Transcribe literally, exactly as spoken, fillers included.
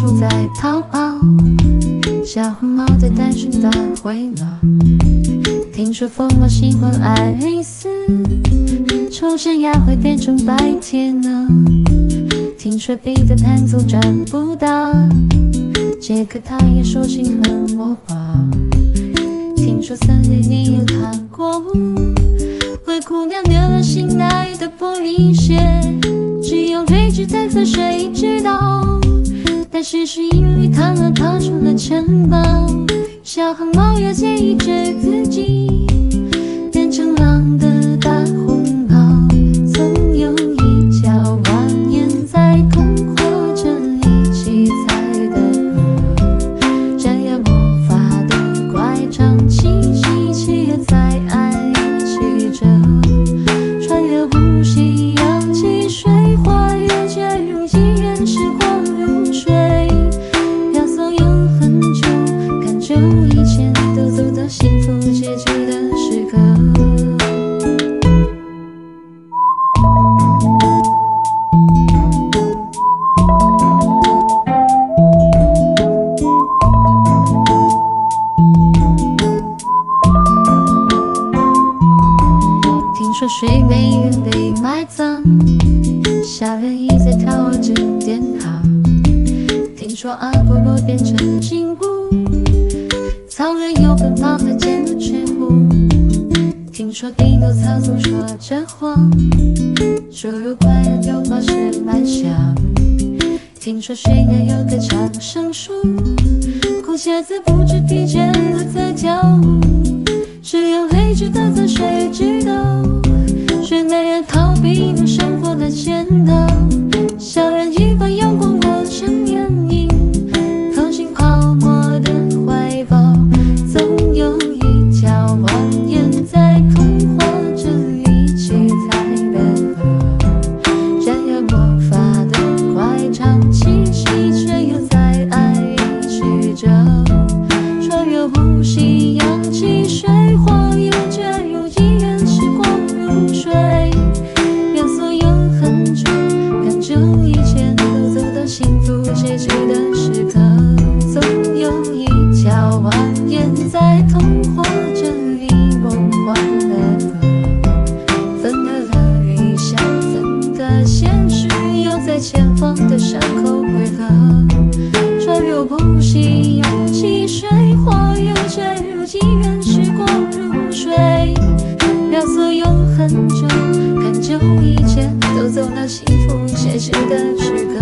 不再逃跑，小红帽在单纯的回老。听说疯帽喜欢爱死，丑小鸭会变成白天呢。听说彼得潘总赚不到，杰克他也说情很魔法。听说森林你有看过灰姑娘丢了心爱的玻璃鞋，只有睿智在测谁知道，但是是因为他们跑出了城堡。小红帽要介意着自己变成狼的大红袍，总有一条蜿蜒在空或者一起踩的河，闪耀魔法的乖张气息，企业在爱起着，穿越无夕阳溪水花园，卷入一眼时光如水，要所有很久看就一切都走到幸福结局的时刻。听说睡美人被埋葬，小人已在跳舞着颠倒。听说阿波罗变成金乌，草原有奔跑和见了雀舞。听说匹诺曹总说着谎，说如果有宝石蛮香。听说水边有个长生树，苦鞋子不知疲倦地在跳舞，只有睿智的在谁知道，谁没人逃避了生活的煎熬。小人一把阳光握成眼影，投进泡沫的怀抱，总有一条蜿蜒在空或者一起踩的河，闪耀魔法的乖张气息，却又在爱里曲折，穿越无夕阳溪水花园，卷入一眼时光如水，让所有很久看就一切都走到幸福结局的时刻。总有一条蜿蜒在童话这里梦幻的河，分隔了理想，分隔现实，又在前方的山口汇合，穿越无夕阳溪水花园，卷入一眼时光如水，让所有很久看就一切都走到幸福结局的时刻。